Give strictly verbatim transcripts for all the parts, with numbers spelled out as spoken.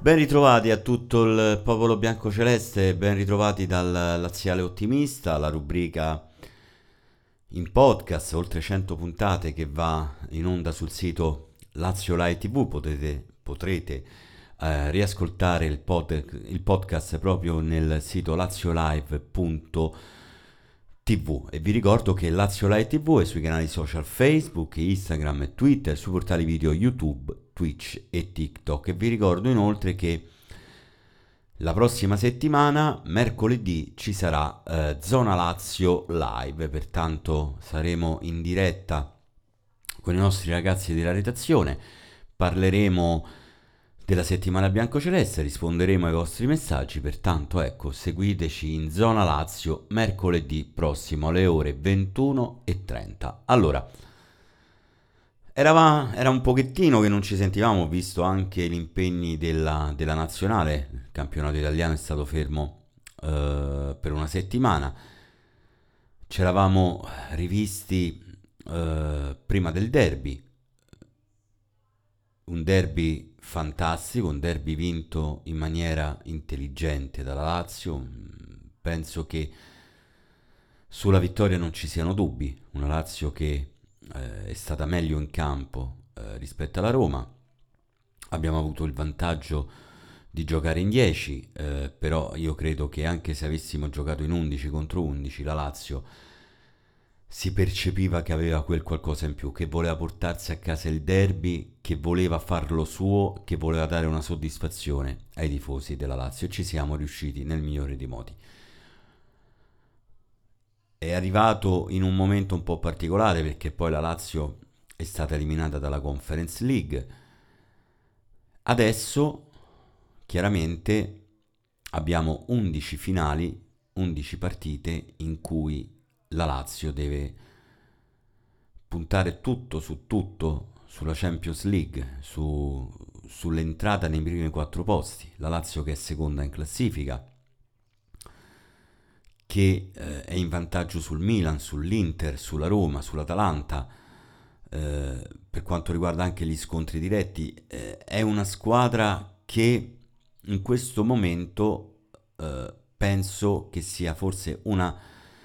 Ben ritrovati a tutto il popolo biancoceleste, ben ritrovati dal Laziale Ottimista, la rubrica in podcast, oltre cento puntate che va in onda sul sito Lazio Live T V, potete, potrete eh, riascoltare il, pod, il podcast proprio nel sito laziolive punto tv e vi ricordo che Lazio Live T V è sui canali social Facebook, Instagram e Twitter, sui portali video YouTube, Twitch e TikTok e vi ricordo inoltre che la prossima settimana, mercoledì, ci sarà eh, Zona Lazio Live, pertanto saremo in diretta con i nostri ragazzi della redazione, parleremo della settimana biancoceleste, risponderemo ai vostri messaggi, pertanto ecco, seguiteci in Zona Lazio mercoledì prossimo alle ore ventuno e trenta. Allora, Era, era un pochettino che non ci sentivamo, visto anche gli impegni della, della nazionale. Il campionato italiano è stato fermo eh, per una settimana. Ci eravamo rivisti eh, prima del derby, un derby fantastico, un derby vinto in maniera intelligente dalla Lazio. Penso che sulla vittoria non ci siano dubbi, una Lazio che eh, è stata meglio in campo eh, rispetto alla Roma. Abbiamo avuto il vantaggio di giocare in dieci, eh, però io credo che anche se avessimo giocato in undici contro undici, la Lazio si percepiva che aveva quel qualcosa in più, che voleva portarsi a casa il derby, che voleva farlo suo, che voleva dare una soddisfazione ai tifosi della Lazio e ci siamo riusciti nel migliore dei modi. È arrivato in un momento un po' particolare perché poi la Lazio è stata eliminata dalla Conference League. Adesso chiaramente abbiamo undici finali, undici partite in cui la Lazio deve puntare tutto su tutto sulla Champions League, su, sull'entrata nei primi quattro posti. La Lazio che è seconda in classifica, che eh, è in vantaggio sul Milan, sull'Inter, sulla Roma, sull'Atalanta. Eh, per quanto riguarda anche gli scontri diretti, eh, è una squadra che in questo momento eh, penso che sia forse una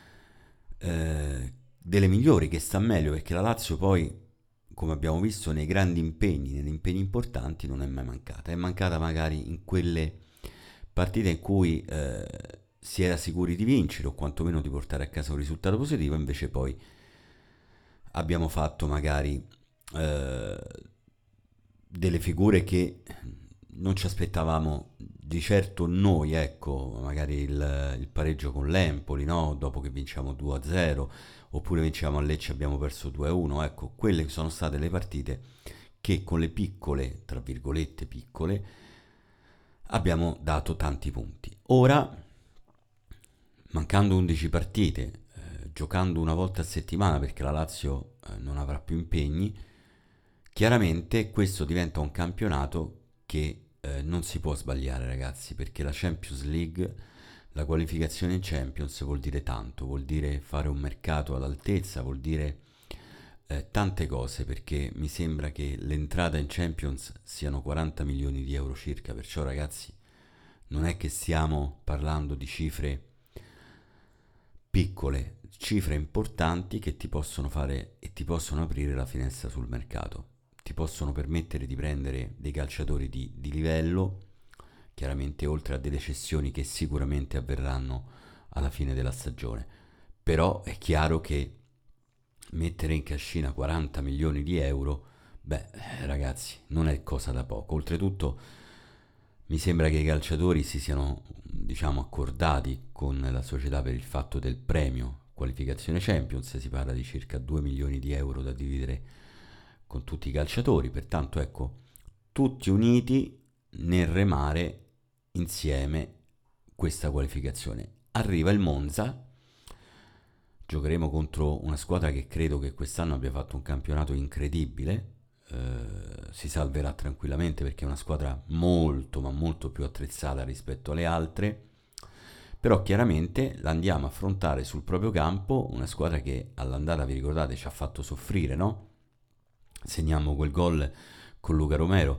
eh, delle migliori, che sta meglio, perché la Lazio poi, come abbiamo visto nei grandi impegni, negli impegni importanti, non è mai mancata. È mancata magari in quelle partite in cui eh, si era sicuri di vincere o quantomeno di portare a casa un risultato positivo, invece poi abbiamo fatto magari eh, delle figure che non ci aspettavamo di certo noi, ecco, magari il, il pareggio con l'Empoli, no? Dopo che vinciamo due a zero, oppure vinciamo a Lecce e abbiamo perso due a uno, ecco, quelle sono state le partite che con le piccole, tra virgolette piccole, abbiamo dato tanti punti. Ora, mancando undici partite, eh, giocando una volta a settimana perché la Lazio eh, non avrà più impegni, chiaramente questo diventa un campionato che eh, non si può sbagliare, ragazzi, perché la Champions League, la qualificazione in Champions vuol dire tanto, vuol dire fare un mercato all'altezza, vuol dire eh, tante cose, perché mi sembra che l'entrata in Champions siano quaranta milioni di euro circa, perciò ragazzi non è che stiamo parlando di cifre piccole, cifre importanti che ti possono fare e ti possono aprire la finestra sul mercato, ti possono permettere di prendere dei calciatori di, di livello, chiaramente oltre a delle cessioni che sicuramente avverranno alla fine della stagione. Però è chiaro che mettere in cascina quaranta milioni di euro, beh ragazzi, non è cosa da poco. Oltretutto mi sembra che i calciatori si siano, diciamo, accordati con la società per il fatto del premio qualificazione Champions, si parla di circa due milioni di euro da dividere con tutti i calciatori, pertanto ecco, tutti uniti nel remare insieme questa qualificazione. Arriva il Monza, giocheremo contro una squadra che credo che quest'anno abbia fatto un campionato incredibile, eh, si salverà tranquillamente perché è una squadra molto ma molto più attrezzata rispetto alle altre, però chiaramente l'andiamo a affrontare sul proprio campo, una squadra che all'andata, vi ricordate, ci ha fatto soffrire, no? Segniamo quel gol con Luca Romero,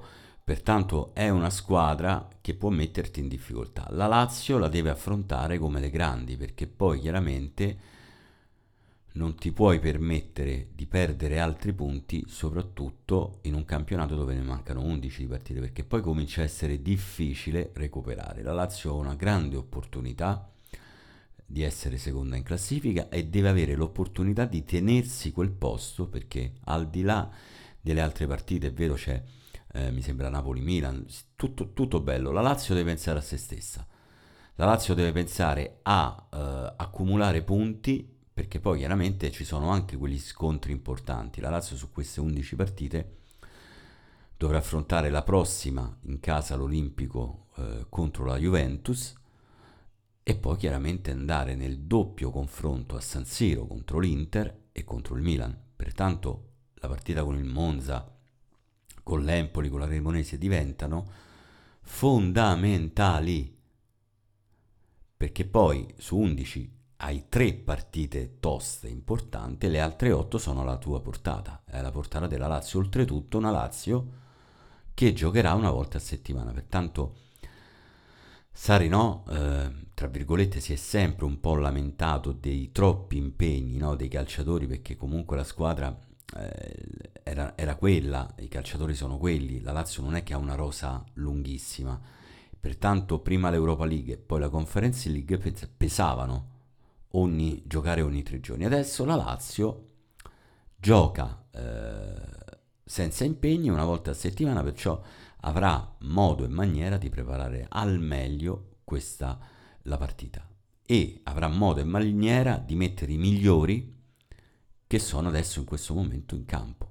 Pertanto è una squadra che può metterti in difficoltà. La Lazio la deve affrontare come le grandi, perché poi chiaramente non ti puoi permettere di perdere altri punti, soprattutto in un campionato dove ne mancano undici di partite, perché poi comincia a essere difficile recuperare. La Lazio ha una grande opportunità di essere seconda in classifica e deve avere l'opportunità di tenersi quel posto, perché al di là delle altre partite, è vero, c'è eh, mi sembra Napoli-Milan, tutto, tutto bello. La Lazio deve pensare a se stessa. La Lazio deve pensare a eh, accumulare punti, perché poi chiaramente ci sono anche quegli scontri importanti. La Lazio su queste undici partite dovrà affrontare la prossima in casa l'Olimpico eh, contro la Juventus e poi chiaramente andare nel doppio confronto a San Siro contro l'Inter e contro il Milan. Pertanto la partita con il Monza, con l'Empoli, con la Cremonese diventano fondamentali, perché poi su undici hai tre partite toste importanti, le altre otto sono alla tua portata, è la portata della Lazio, oltretutto una Lazio che giocherà una volta a settimana. Pertanto Sarri, no, eh, tra virgolette, si è sempre un po' lamentato dei troppi impegni, no, dei calciatori, perché comunque la squadra eh, era, era quella, i calciatori sono quelli, la Lazio non è che ha una rosa lunghissima, pertanto prima l'Europa League e poi la Conference League pesavano ogni, giocare ogni tre giorni. Adesso la Lazio gioca eh, senza impegni una volta a settimana, perciò avrà modo e maniera di preparare al meglio questa la partita e avrà modo e maniera di mettere i migliori che sono adesso in questo momento in campo.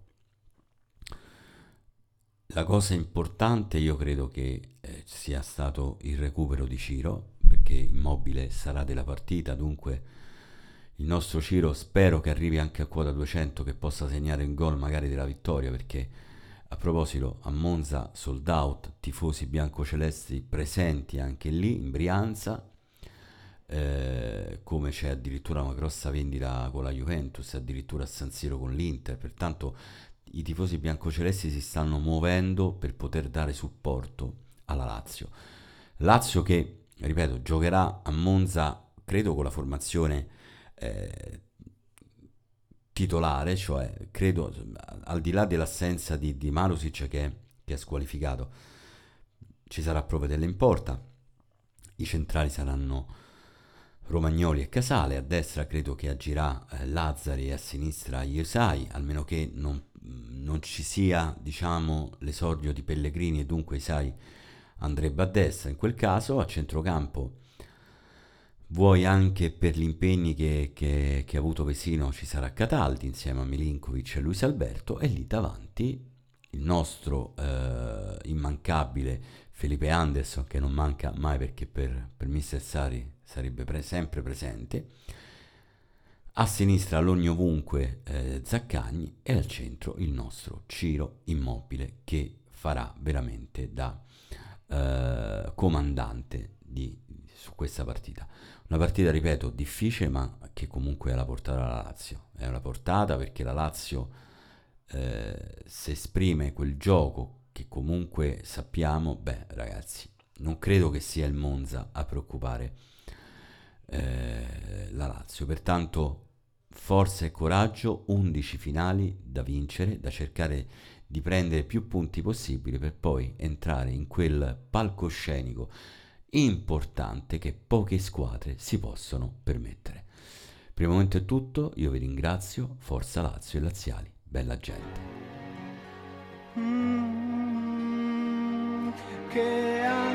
La cosa importante io credo che eh, sia stato il recupero di Ciro, perché Immobile sarà della partita, dunque il nostro Ciro spero che arrivi anche a quota duecento, che possa segnare un gol magari della vittoria, perché a proposito a Monza sold out, tifosi biancocelesti presenti anche lì in Brianza, eh, come c'è addirittura una grossa vendita con la Juventus, addirittura a San Siro con l'Inter, pertanto i tifosi biancocelesti si stanno muovendo per poter dare supporto alla Lazio. Lazio che, ripeto, giocherà a Monza, credo con la formazione eh, titolare, cioè credo al di là dell'assenza di, di Marusic che, che è squalificato, ci sarà Provedella in porta, i centrali saranno Romagnoli e Casale, a destra credo che agirà eh, Lazzari e a sinistra Iesai, almeno che non, non ci sia, diciamo, l'esordio di Pellegrini e dunque Iesai andrebbe a destra. In quel caso a centrocampo, vuoi anche per gli impegni che, che, che ha avuto Vesino, ci sarà Cataldi insieme a Milinkovic e Luis Alberto, e lì davanti il nostro eh, immancabile Felipe Anderson, che non manca mai perché per, per mister Sarri sarebbe pre- sempre presente, a sinistra l'ogni ovunque eh, Zaccagni e al centro il nostro Ciro Immobile, che farà veramente da eh, comandante di, su questa partita. Una partita, ripeto, difficile, ma che comunque è alla portata della Lazio. È alla portata perché la Lazio, eh, se esprime quel gioco che comunque sappiamo, beh ragazzi, non credo che sia il Monza a preoccupare eh, la Lazio. Pertanto forza e coraggio, undici finali da vincere, da cercare di prendere più punti possibili per poi entrare in quel palcoscenico importante che poche squadre si possono permettere. Per il momento è tutto, io vi ringrazio, forza Lazio e laziali, bella gente. Mm, che